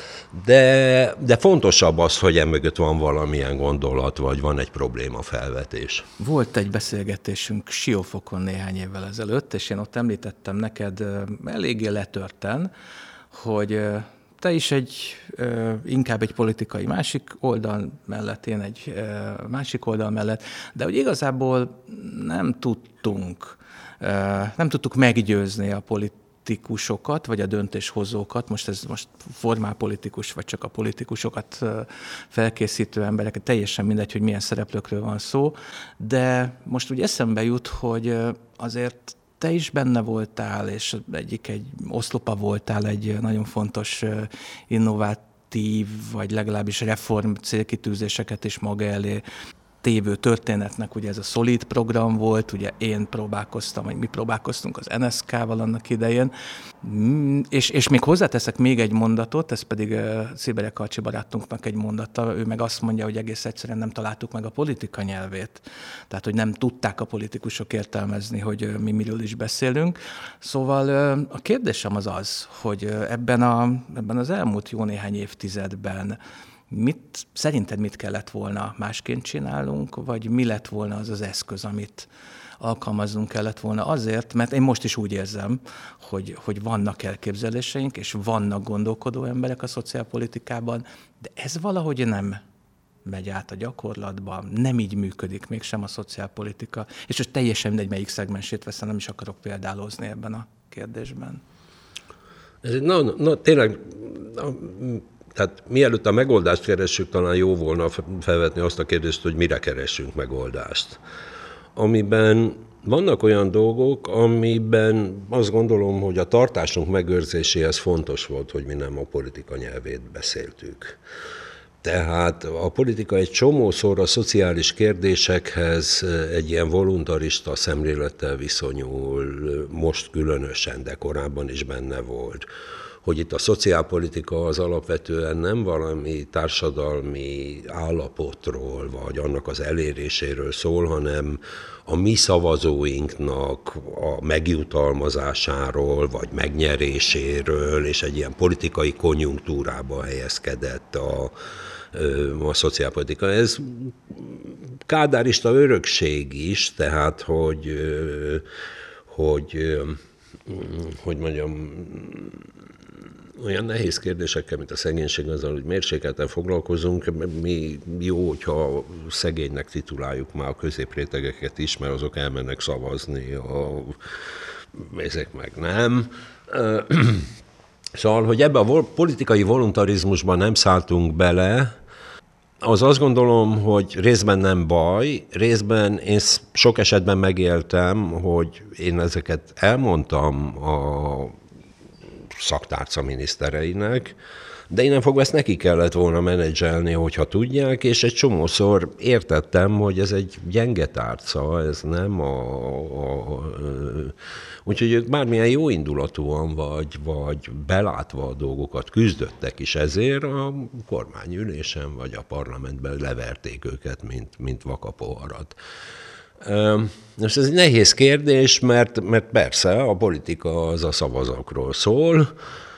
De, de fontosabb az, hogy emögött van valamilyen gondolat, vagy van egy probléma felvetés. Volt egy beszélgetésünk Siófokon néhány évvel ezelőtt, és én ott említettem neked eléggé letörten, hogy te is egy inkább egy politikai másik oldal mellett, én egy másik oldal mellett, de hogy igazából nem tudtunk, nem tudtuk meggyőzni a politikát, politikusokat, vagy a döntéshozókat, most ez most formál politikus, vagy csak a politikusokat felkészítő embereket, teljesen mindegy, hogy milyen szereplőkről van szó, de most úgy eszembe jut, hogy azért te is benne voltál, és egyik egy oszlopa voltál egy nagyon fontos innovatív, vagy legalábbis reform célkitűzéseket is maga elé tévő történetnek, ugye ez a Solid program volt, ugye én próbálkoztam, vagy mi próbálkoztunk az en es ká-val annak idején, és, és még hozzáteszek még egy mondatot, ez pedig uh, Ciberek Karcsi barátunknak egy mondata, ő meg azt mondja, hogy egész egyszerűen nem találtuk meg a politika nyelvét, tehát hogy nem tudták a politikusok értelmezni, hogy uh, mi miről is beszélünk. Szóval uh, a kérdésem az az, hogy uh, ebben, a, ebben az elmúlt jó néhány évtizedben Mit, szerinted mit kellett volna másként csinálnunk, vagy mi lett volna az az eszköz, amit alkalmaznunk kellett volna azért, mert én most is úgy érzem, hogy, hogy vannak elképzeléseink, és vannak gondolkodó emberek a szociálpolitikában, de ez valahogy nem megy át a gyakorlatban, nem így működik mégsem a szociálpolitika, és most teljesen mindegy, melyik szegmensét veszem, nem is akarok példálozni ebben a kérdésben. Ez na, na, tényleg... Na, Tehát mielőtt a megoldást keressük, talán jó volna felvetni azt a kérdést, hogy mire keressünk megoldást. Amiben vannak olyan dolgok, amiben azt gondolom, hogy a tartásunk megőrzéséhez fontos volt, hogy mi nem a politika nyelvét beszéltük. Tehát a politika egy csomószor a szociális kérdésekhez egy ilyen voluntarista szemlélettel viszonyul, most különösen, de korábban is benne volt. Hogy itt a szociálpolitika az alapvetően nem valami társadalmi állapotról, vagy annak az eléréséről szól, hanem a mi szavazóinknak a megjutalmazásáról, vagy megnyeréséről, és egy ilyen politikai konjunktúrába helyezkedett a, a szociálpolitika. Ez kádárista örökség is, tehát hogy, hogy, hogy mondjam, olyan nehéz kérdésekkel, mint a szegénység, azzal, hogy mérsékelten foglalkozunk, mi jó, hogyha szegénynek tituláljuk már a középrétegeket is, mert azok elmennek szavazni, a, ezek meg nem. Szóval, hogy ebbe a politikai voluntarizmusban nem szálltunk bele, az azt gondolom, hogy részben nem baj, részben én sok esetben megéltem, hogy én ezeket elmondtam a szaktárca minisztereinek, De innen fogva ezt neki kellett volna menedzselni, hogyha tudják, és egy csomószor értettem, hogy ez egy gyenge tárca, ez nem a... a, a úgyhogy ők bármilyen jó indulatúan, vagy, vagy belátva a dolgokat küzdöttek is ezért, a kormányülésen vagy a parlamentben leverték őket, mint, mint vakapoharat. Most ez egy nehéz kérdés, mert, mert persze a politika az a szavazókról szól,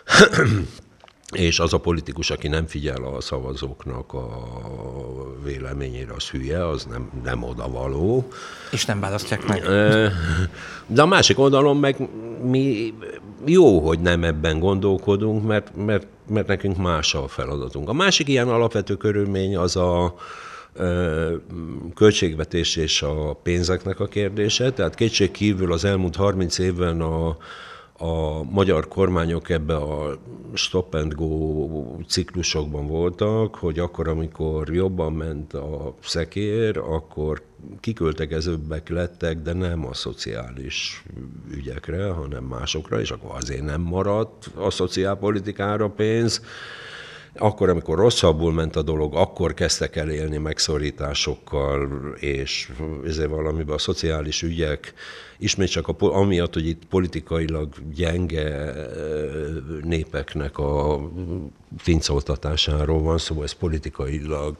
és az a politikus, aki nem figyel a szavazóknak a véleményére, az hülye, az nem, nem odavaló. És nem választják meg. De a másik oldalon meg mi jó, hogy nem ebben gondolkodunk, mert, mert, mert nekünk más a feladatunk. A másik ilyen alapvető körülmény az a költségvetés és a pénzeknek a kérdése. Tehát kétség kívül az elmúlt harminc évben a A magyar kormányok ebbe a stop and go ciklusokban voltak, hogy akkor, amikor jobban ment a szekér, akkor kiköltekezőbbek lettek, de nem a szociális ügyekre, hanem másokra, és akkor azért nem maradt a szociálpolitikára pénz. Akkor, amikor rosszabbul ment a dolog, akkor kezdtek el élni megszorításokkal, és ezért valamiben a szociális ügyek, ismét csak a, amiatt, hogy itt politikailag gyenge népeknek a fincoltatásáról van szó, ez politikailag,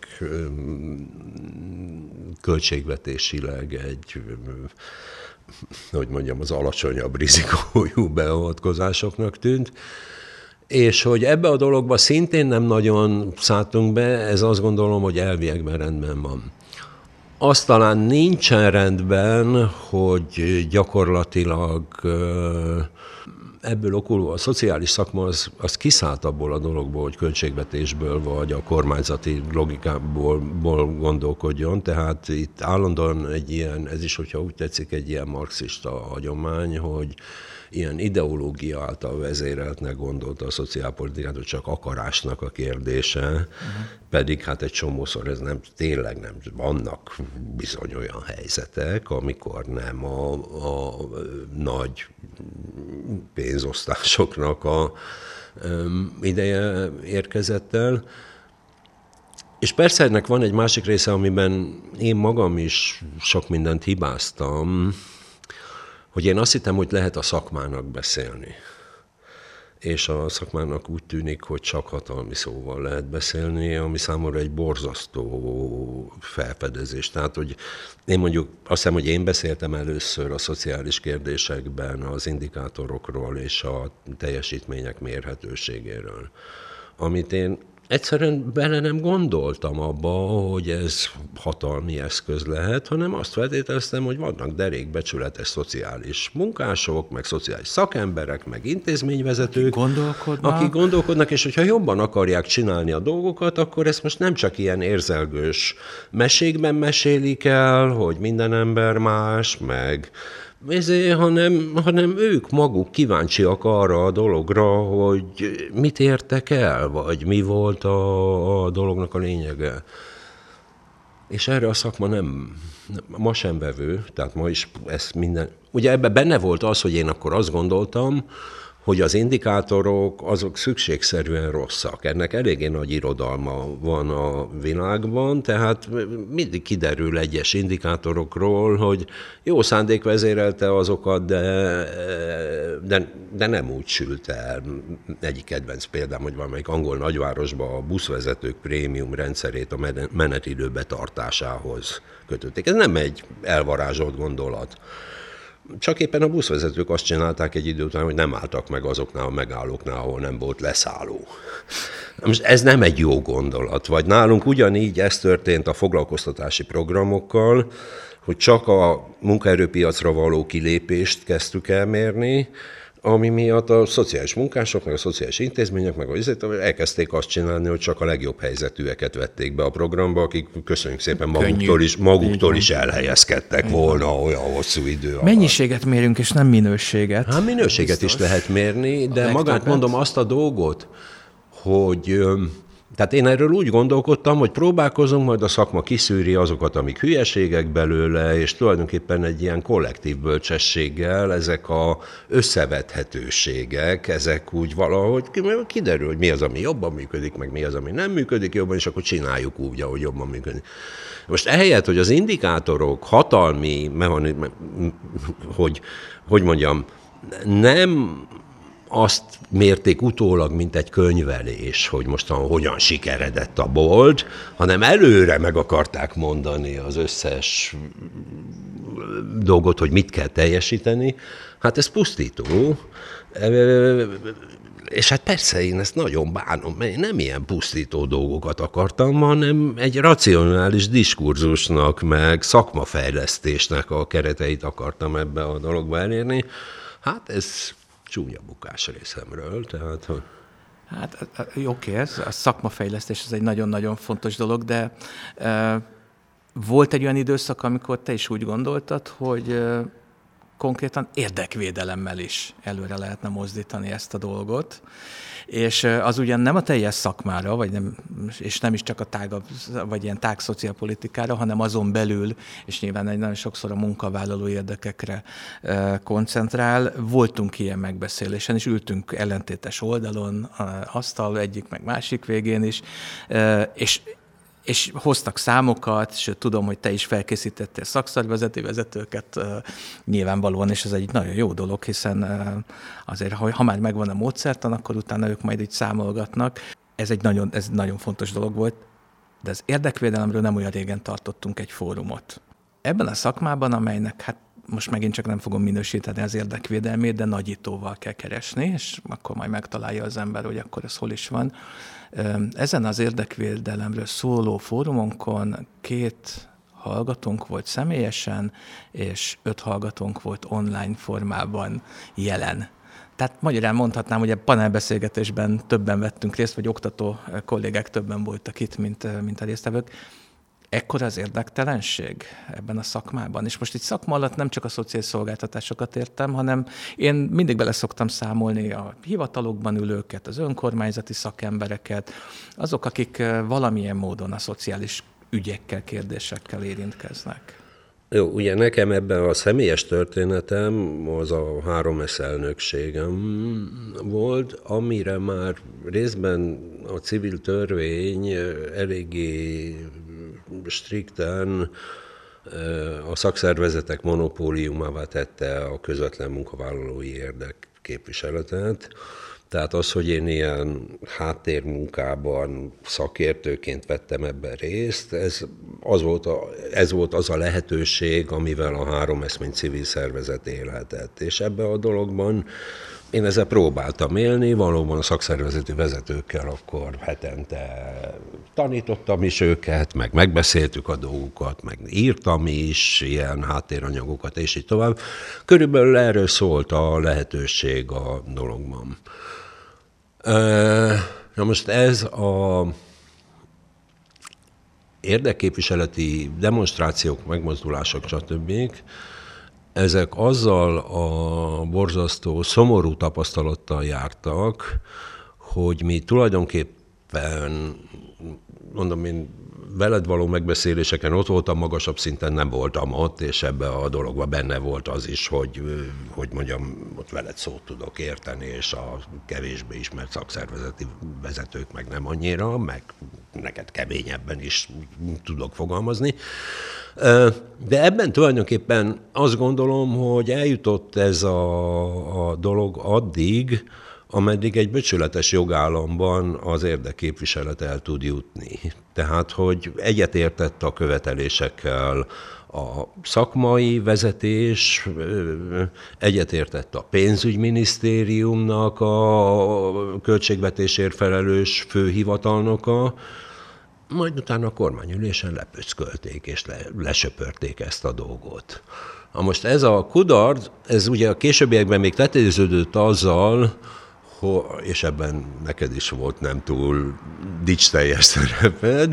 költségvetésileg egy, hogy mondjam, az alacsonyabb rizikójú beavatkozásoknak tűnt. És hogy ebbe a dologba szintén nem nagyon szálltunk be, ez azt gondolom, hogy elviekben rendben van. Az talán nincsen rendben, hogy gyakorlatilag ebből okulva a szociális szakma az, az kiszállt abból a dologból, hogy költségvetésből vagy a kormányzati logikából gondolkodjon. Tehát itt állandóan egy ilyen, ez is, hogyha úgy tetszik, egy ilyen marxista hagyomány, hogy ilyen ideológia által vezéreltnek gondolta a szociálpolitikát, hogy csak akarásnak a kérdése, uh-huh. Pedig hát egy csomószor ez nem, tényleg nem, vannak bizony olyan helyzetek, amikor nem a, a nagy pénzosztásoknak a um, ideje érkezett el. És persze ennek van egy másik része, amiben én magam is sok mindent hibáztam, hogy én azt hittem, hogy lehet a szakmának beszélni. És a szakmának úgy tűnik, hogy csak hatalmi szóval lehet beszélni, ami számomra egy borzasztó felfedezés. Tehát, hogy én mondjuk azt hiszem, hogy én beszéltem először a szociális kérdésekben az indikátorokról és a teljesítmények mérhetőségéről, amit én egyszerűen bele nem gondoltam abba, hogy ez hatalmi eszköz lehet, hanem azt feltételeztem, hogy vannak derékbecsületes szociális munkások, meg szociális szakemberek, meg intézményvezetők, akik gondolkodnak. akik gondolkodnak, és hogyha jobban akarják csinálni a dolgokat, akkor ezt most nem csak ilyen érzelgős mesékben mesélik el, hogy minden ember más, meg ezért, hanem, hanem ők maguk kíváncsiak arra a dologra, hogy mit értek el, vagy mi volt a, a dolognak a lényege. És erre a szakma nem, ma sem vevő, tehát ma is ez minden... Ugye ebben benne volt az, hogy én akkor azt gondoltam, hogy az indikátorok azok szükségszerűen rosszak. Ennek eléggé nagy irodalma van a világban, tehát mindig kiderül egyes indikátorokról, hogy jó szándék vezérelte azokat, de, de, de nem úgy sült el. Egyik kedvenc példám, hogy valamelyik angol nagyvárosban a buszvezetők prémium rendszerét a menetidő betartásához kötötték. Ez nem egy elvarázsolt gondolat. Csak éppen a buszvezetők azt csinálták egy idő után, hogy nem álltak meg azoknál a megállóknál, ahol nem volt leszálló. Most ez nem egy jó gondolat, vagy nálunk ugyanígy ez történt a foglalkoztatási programokkal, hogy csak a munkaerőpiacra való kilépést kezdtük el mérni, ami miatt a szociális munkások, meg a szociális intézmények, meg a elkezdték azt csinálni, hogy csak a legjobb helyzetűeket vették be a programba, akik köszönjük szépen maguktól is, maguktól is elhelyezkedtek Igen. volna olyan hosszú idő alatt. Mennyiséget mérünk, és nem minőséget. Hát minőséget Biztos. is lehet mérni, de magát mondom azt a dolgot, hogy Tehát én erről úgy gondolkodtam, hogy próbálkozunk, majd a szakma kiszűri azokat, amik hülyeségek belőle, és tulajdonképpen egy ilyen kollektív bölcsességgel ezek a összevethetőségek, ezek úgy valahogy kiderül, hogy mi az, ami jobban működik, meg mi az, ami nem működik jobban, és akkor csináljuk úgy, ahogy jobban működik. Most ehelyett, hogy az indikátorok hatalmi mechanizmus, hogy, hogy mondjam, nem azt mérték utólag, mint egy könyvelés, hogy mostan hogyan sikeredett a bolt, hanem előre meg akarták mondani az összes dolgot, hogy mit kell teljesíteni. Hát ez pusztító. És hát persze én ezt nagyon bánom, mert én nem ilyen pusztító dolgokat akartam, hanem egy racionális diskurzusnak, meg szakmafejlesztésnek a kereteit akartam ebbe a dologba elérni. Hát ez csúnya bukás részemről, tehát... Hogy... Hát oké, ez a szakmafejlesztés, ez egy nagyon-nagyon fontos dolog, de e, volt egy olyan időszak, amikor te is úgy gondoltad, hogy e, konkrétan érdekvédelemmel is előre lehetne mozdítani ezt a dolgot, és az ugyan nem a teljes szakmára, vagy nem, és nem is csak a tágabb, vagy ilyen tág szociálpolitikára, hanem azon belül, és nyilván egy nagyon sokszor a munkavállaló érdekekre koncentrál. Voltunk ilyen megbeszélésen, és ültünk ellentétes oldalon, asztal egyik meg másik végén is, és és hoztak számokat, sőt tudom, hogy te is felkészítettél szakszervezeti vezetőket uh, nyilvánvalóan, és ez egy nagyon jó dolog, hiszen uh, azért, ha, ha már megvan a módszertan, akkor utána ők majd így számolgatnak. Ez egy nagyon, ez nagyon fontos dolog volt, de az érdekvédelemről nem olyan régen tartottunk egy fórumot. Ebben a szakmában, amelynek hát most megint csak nem fogom minősíteni az érdekvédelmét, de nagyítóval kell keresni, és akkor majd megtalálja az ember, hogy akkor ez hol is van. Ezen az érdekvédelemről szóló fórumunkon két hallgatónk volt személyesen, és öt hallgatónk volt online formában jelen. Tehát magyarán mondhatnám, hogy a panelbeszélgetésben többen vettünk részt, vagy oktató kollégák többen voltak itt, mint, mint a résztvevők. Ekkora az érdektelenség ebben a szakmában. És most itt szakma alatt nem csak a szociális szolgáltatásokat értem, hanem én mindig bele szoktam számolni a hivatalokban ülőket, az önkormányzati szakembereket, azok, akik valamilyen módon a szociális ügyekkel, kérdésekkel érintkeznek. Jó, ugye nekem ebben a személyes történetem az a három es elnökségem volt, amire már részben a civil törvény eléggé strikten a szakszervezetek monopóliumává tette a közvetlen munkavállalói érdekképviseletet. Tehát az, hogy én ilyen háttérmunkában szakértőként vettem ebben részt, ez, az volt a, ez volt az a lehetőség, amivel a három es, mint civil szervezet élhetett. És ebben a dologban én ezzel próbáltam élni, valóban a szakszervezeti vezetőkkel akkor hetente tanítottam is őket, meg megbeszéltük a dolgokat, meg írtam is ilyen háttéranyagokat, és így tovább. Körülbelül erről szólt a lehetőség a dologban. Na most ez a érdekképviseleti demonstrációk, megmozdulások, stb. Ezek azzal a borzasztó, szomorú tapasztalattal jártak, hogy mi tulajdonképpen, mondom én, veled való megbeszéléseken ott voltam, magasabb szinten nem voltam ott, és ebbe a dologban benne volt az is, hogy, hogy mondjam, ott veled szót tudok érteni, és a kevésbé ismert szakszervezeti vezetők meg nem annyira, meg neked keményebben is tudok fogalmazni. De ebben tulajdonképpen azt gondolom, hogy eljutott ez a, a dolog addig, ameddig egy becsületes jogállamban az érdekképviselet el tud jutni. Tehát, hogy egyetértett a követelésekkel a szakmai vezetés, egyetértett a pénzügyminisztériumnak a költségvetésért felelős főhivatalnoka, majd utána a kormányülésen lepöckölték és le, lesöpörték ezt a dolgot. Na most ez a kudarc, ez ugye a későbbiekben még tetéződött azzal, és ebben neked is volt nem túl dicsteljes szereped,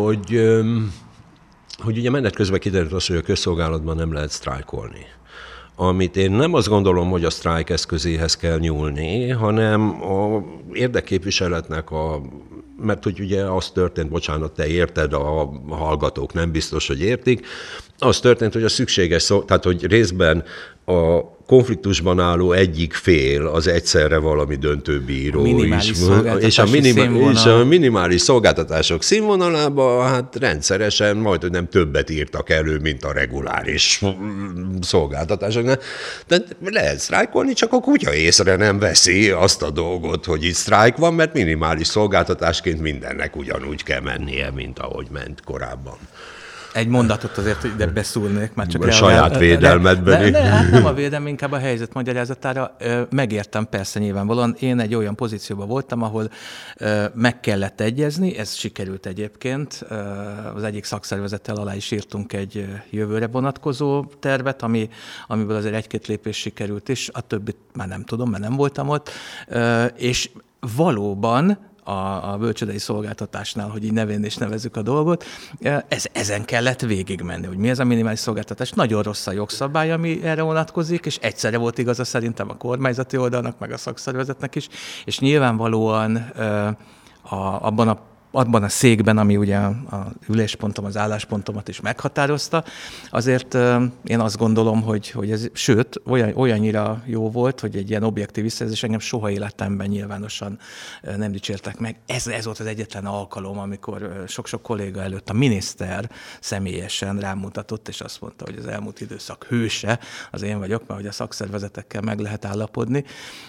hogy, hogy ugye menet közben kiderült az, hogy a közszolgálatban nem lehet sztrájkolni. amit én nem azt gondolom, hogy a sztrájk eszközéhez kell nyúlni, hanem a érdekképviseletnek a mert hogy ugye az történt, bocsánat, te érted, a hallgatók nem biztos, hogy értik, az történt, hogy a szükséges szó, tehát hogy részben a konfliktusban álló egyik fél az egyszerre valami döntő bíró is. És a, minima, és a minimális szolgáltatások színvonalában hát rendszeresen majd, hogy nem többet írtak elő, mint a reguláris szolgáltatásoknál. De lehet sztrájkolni, csak a kutya észre nem veszi azt a dolgot, hogy itt sztrájk van, mert minimális szolgáltatásként mindennek ugyanúgy kell mennie, mint ahogy ment korábban. Egy mondatot azért, hogy ide beszúrnék, már csak... A saját védelmedben. Ne, ne, hát nem a védelem, inkább a helyzet magyarázatára. Megértem persze nyilvánvalóan. Én egy olyan pozícióban voltam, ahol meg kellett egyezni, ez sikerült egyébként. Az egyik szakszervezettel alá is írtunk egy jövőre vonatkozó tervet, ami, amiből azért egy-két lépés sikerült is, a többit már nem tudom, mert nem voltam ott. És valóban a, a bölcsődei szolgáltatásnál, hogy így nevén is nevezzük a dolgot, ez, ezen kellett végigmenni, hogy mi ez a minimális szolgáltatás. Nagyon rossz a jogszabály, ami erre vonatkozik, és egyszerre volt igaza szerintem a kormányzati oldalnak, meg a szakszervezetnek is, és nyilvánvalóan a, abban a abban a székben, ami ugye az üléspontom, az álláspontomat is meghatározta, azért én azt gondolom, hogy, hogy ez, sőt, olyan, olyannyira jó volt, hogy egy ilyen objektív visszajelzés engem soha életemben nyilvánosan nem dicsértek meg. Ez, ez volt az egyetlen alkalom, amikor sok-sok kolléga előtt a miniszter személyesen rámutatott, és azt mondta, hogy az elmúlt időszak hőse az én vagyok, mert hogy a szakszervezetekkel meg lehet állapodni.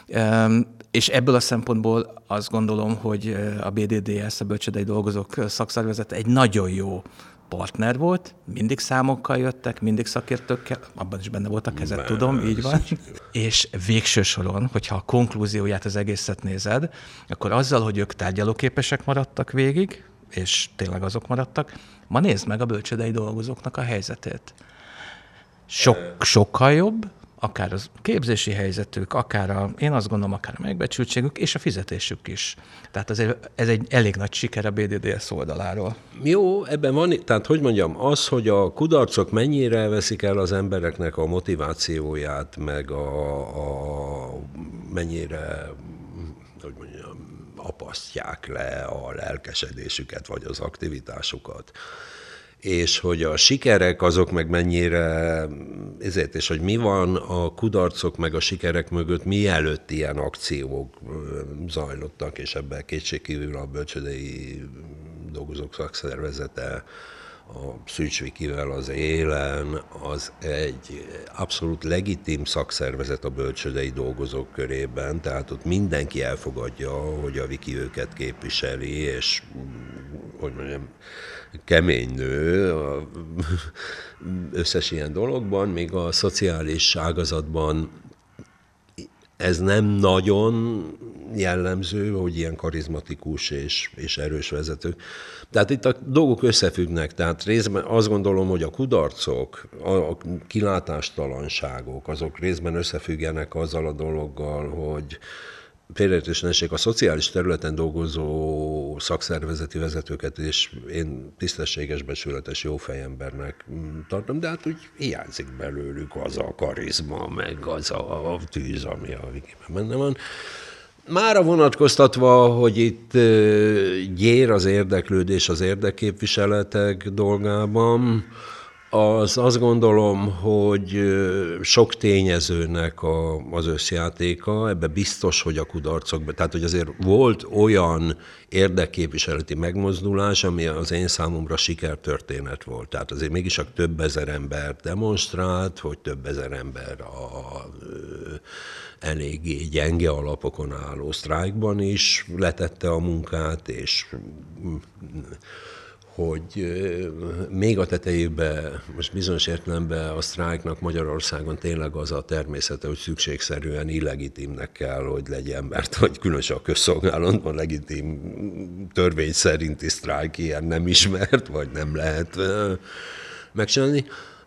És ebből a szempontból azt gondolom, hogy a bé dé dé es, a Bölcsődei Dolgozók Szakszervezete egy nagyon jó partner volt, mindig számokkal jöttek, mindig szakértőkkel, abban is benne volt a kezed, tudom, így van. És végső soron, hogyha a konklúzióját az egészet nézed, akkor azzal, hogy ők tárgyalóképesek maradtak végig, és tényleg azok maradtak, ma nézd meg a bölcsődei dolgozóknak a helyzetét. Sok, sokkal jobb, akár az képzési helyzetük, akár a, én azt gondolom, akár a megbecsültségük, és a fizetésük is. Tehát azért ez egy elég nagy siker a bé dé dé es oldaláról. Jó, ebben van, tehát hogy mondjam, az, hogy a kudarcok mennyire veszik el az embereknek a motivációját, meg a, a mennyire, hogy mondjam, apasztják le a lelkesedésüket, vagy az aktivitásukat. És hogy a sikerek azok meg mennyire, ezért, és hogy mi van a kudarcok meg a sikerek mögött, mielőtt ilyen akciók zajlottak, és ebben kétségkívül a Bölcsődei Dolgozók Szakszervezete, a Szűcs-Vikivel az élen, az egy abszolút legitim szakszervezet a bölcsődei dolgozók körében, tehát ott mindenki elfogadja, hogy a Viki őket képviseli, és hogy mondjam, kemény nő a összes ilyen dologban, még a szociális ágazatban ez nem nagyon jellemző, hogy ilyen karizmatikus és, és erős vezetők. Tehát itt a dolgok összefüggnek, tehát részben azt gondolom, hogy a kudarcok, a kilátástalanságok, azok részben összefüggenek azzal a dologgal, hogy félreértésnek a szociális területen dolgozó szakszervezeti vezetőket, és én tisztességes, becsületes, jó fejembernek tartom, de hát úgy hiányzik belőlük az a karizma, meg az a, a tűz, ami a Wikiben benne van. Mára vonatkoztatva, hogy itt gyér az érdeklődés az érdekképviseletek dolgában, az azt gondolom, hogy sok tényezőnek a, az összjátéka, ebbe biztos, hogy a kudarcok, tehát hogy azért volt olyan érdekképviseleti megmozdulás, ami az én számomra sikertörténet volt. Tehát azért mégis csak több ezer ember demonstrált, hogy több ezer ember a, a eléggé gyenge alapokon álló sztrájkban is letette a munkát, és hogy még a tetejében, most bizonyos értelemben a sztrájknak Magyarországon tényleg az a természete, hogy szükségszerűen illegitimnek kell, hogy legyen, mert hogy különösen a közszolgálatban legitim törvény szerinti sztrájk ilyen nem ismert, vagy nem lehet megcsinálni.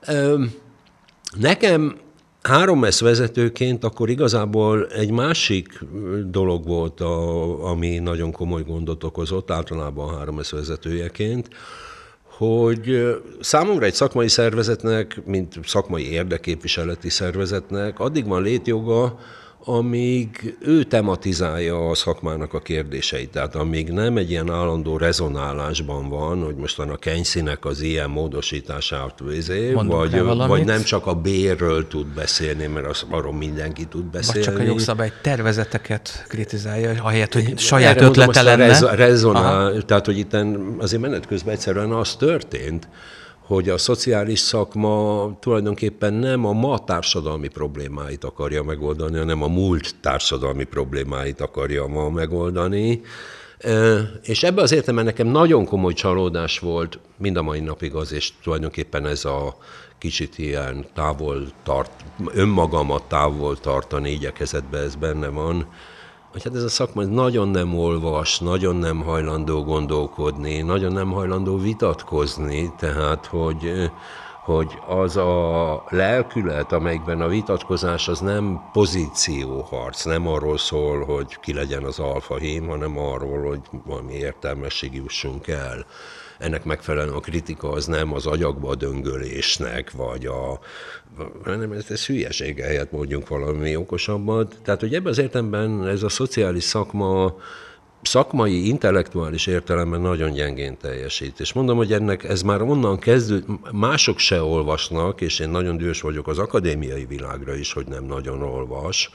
Nekem három es vezetőként akkor igazából egy másik dolog volt, a, ami nagyon komoly gondot okozott, általában három es vezetőjeként, hogy számomra egy szakmai szervezetnek, mint szakmai érdekképviseleti szervezetnek addig van létjoga, amíg ő tematizálja a szakmának a kérdéseit. Tehát amíg nem egy ilyen állandó rezonálásban van, hogy mostan a kenyszínek az ilyen módosítását vézé, vagy, vagy nem csak a bérről tud beszélni, mert az, arról mindenki tud beszélni. Vagy csak a jogszabály tervezeteket kritizálja, ahelyett, hogy saját erre ötlete lenne. Rez, rezonál, tehát, hogy itt azért menet közben egyszerűen az történt, hogy a szociális szakma tulajdonképpen nem a ma társadalmi problémáit akarja megoldani, hanem a múlt társadalmi problémáit akarja ma megoldani. És ebben az értelemben nekem nagyon komoly csalódás volt mind a mai napig az, és tulajdonképpen ez a kicsit ilyen távol tart, önmagamat távol tartani igyekezetben ez benne van, hogy hát ez a szakma nagyon nem olvas, nagyon nem hajlandó gondolkodni, nagyon nem hajlandó vitatkozni, tehát hogy, hogy az a lelkület, amelyikben a vitatkozás az nem pozícióharc, nem arról szól, hogy ki legyen az alfahím, hanem arról, hogy valami értelmesség jussunk el. Ennek megfelelően a kritika az nem az agyakba döngölésnek, vagy a... nem, ez, ez hülyeség, helyett mondjunk valami okosabbat. Tehát, hogy ebben az értelemben ez a szociális szakma szakmai, intellektuális értelemben nagyon gyengén teljesít. És mondom, hogy ennek ez már onnan kezdő, mások se olvasnak, és én nagyon dühös vagyok az akadémiai világra is, hogy nem nagyon olvas,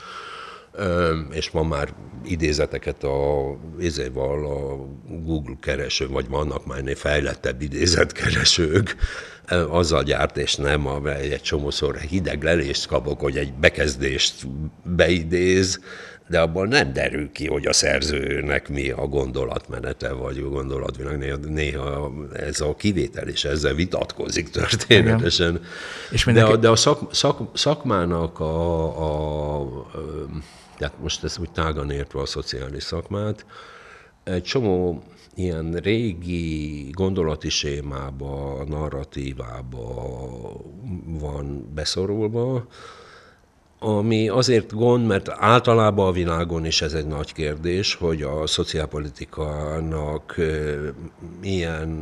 és van már idézeteket a, a Google kereső, vagy vannak már ennél fejlettebb idézetkeresők, azzal gyárt, és nem, egy csomószor hideg lelést kapok, hogy egy bekezdést beidéz, de abban nem derül ki, hogy a szerzőnek mi a gondolatmenete, vagy a gondolatvilág. Néha, néha ez a kivétel, és ezzel vitatkozik történetesen. És mindenki... De a, de a szak, szak, szakmának a, a, a tehát most ezt úgy tágan értve a szociális szakmát, egy csomó ilyen régi gondolati sémába, narratívába van beszorulva, ami azért gond, mert általában a világon is ez egy nagy kérdés, hogy a szociálpolitikának ilyen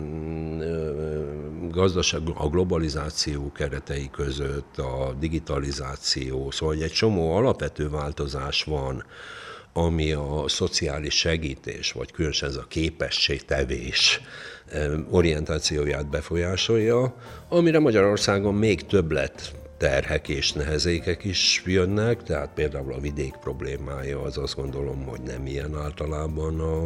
gazdaság, a globalizáció keretei között, a digitalizáció, szóval egy csomó alapvető változás van, ami a szociális segítés, vagy különösen ez a képességtevés orientációját befolyásolja, amire Magyarországon még több lett terhek és nehezékek is jönnek, tehát például a vidék problémája az azt gondolom, hogy nem ilyen általában a,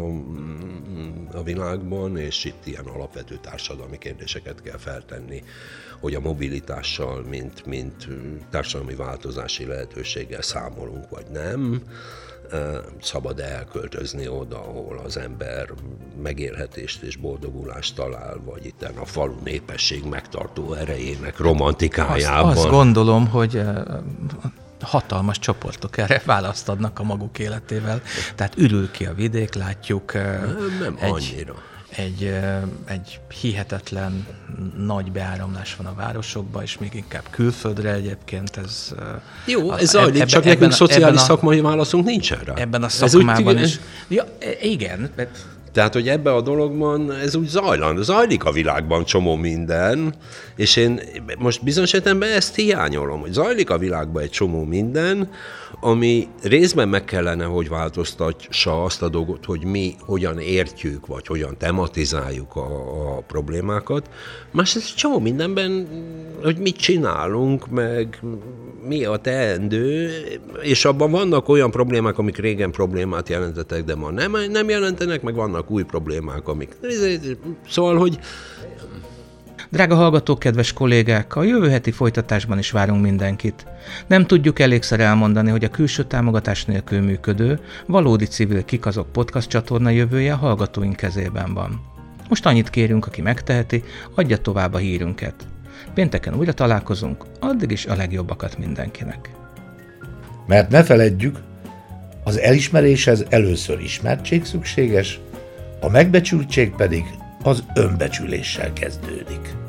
a világban, és itt ilyen alapvető társadalmi kérdéseket kell feltenni, hogy a mobilitással, mint, mint társadalmi változási lehetőséggel számolunk, vagy nem. Szabad elköltözni oda, ahol az ember megélhetést és boldogulást talál, vagy itten a falu népesség megtartó erejének romantikájában. Azt, azt gondolom, hogy hatalmas csoportok erre választ adnak a maguk életével. Tehát ürül ki a vidék, látjuk. Nem, nem egy, annyira. Egy, egy hihetetlen nagy beáramlás van a városokba, és még inkább külföldre egyébként. Ez, Jó, ez zajlik, ebben, csak nekünk szociális a, szakmai válaszunk nincsen rá. Ebben a szakmában is. Ja, igen. Tehát, hogy ebben a dologban ez úgy zajlan, zajlik a világban csomó minden, és én most bizonyos értelemben ezt hiányolom, hogy zajlik a világban egy csomó minden, ami részben meg kellene, hogy változtatsa azt a dolgot, hogy mi hogyan értjük, vagy hogyan tematizáljuk a, a problémákat. Másrészt csomó mindenben, hogy mit csinálunk, meg mi a teendő, és abban vannak olyan problémák, amik régen problémát jelentettek, de ma nem, nem jelentenek, meg vannak új problémák, amik... Szóval, hogy... Drága hallgatók, kedves kollégák, a jövő heti folytatásban is várunk mindenkit. Nem tudjuk elégszer elmondani, hogy a külső támogatás nélkül működő, valódi civil Kikazok podcast csatorna jövője a hallgatóink kezében van. Most annyit kérünk, aki megteheti, adja tovább a hírünket. Pénteken újra találkozunk, addig is a legjobbakat mindenkinek. Mert ne feledjük, az elismeréshez először ismertség szükséges, a megbecsültség pedig az önbecsüléssel kezdődik.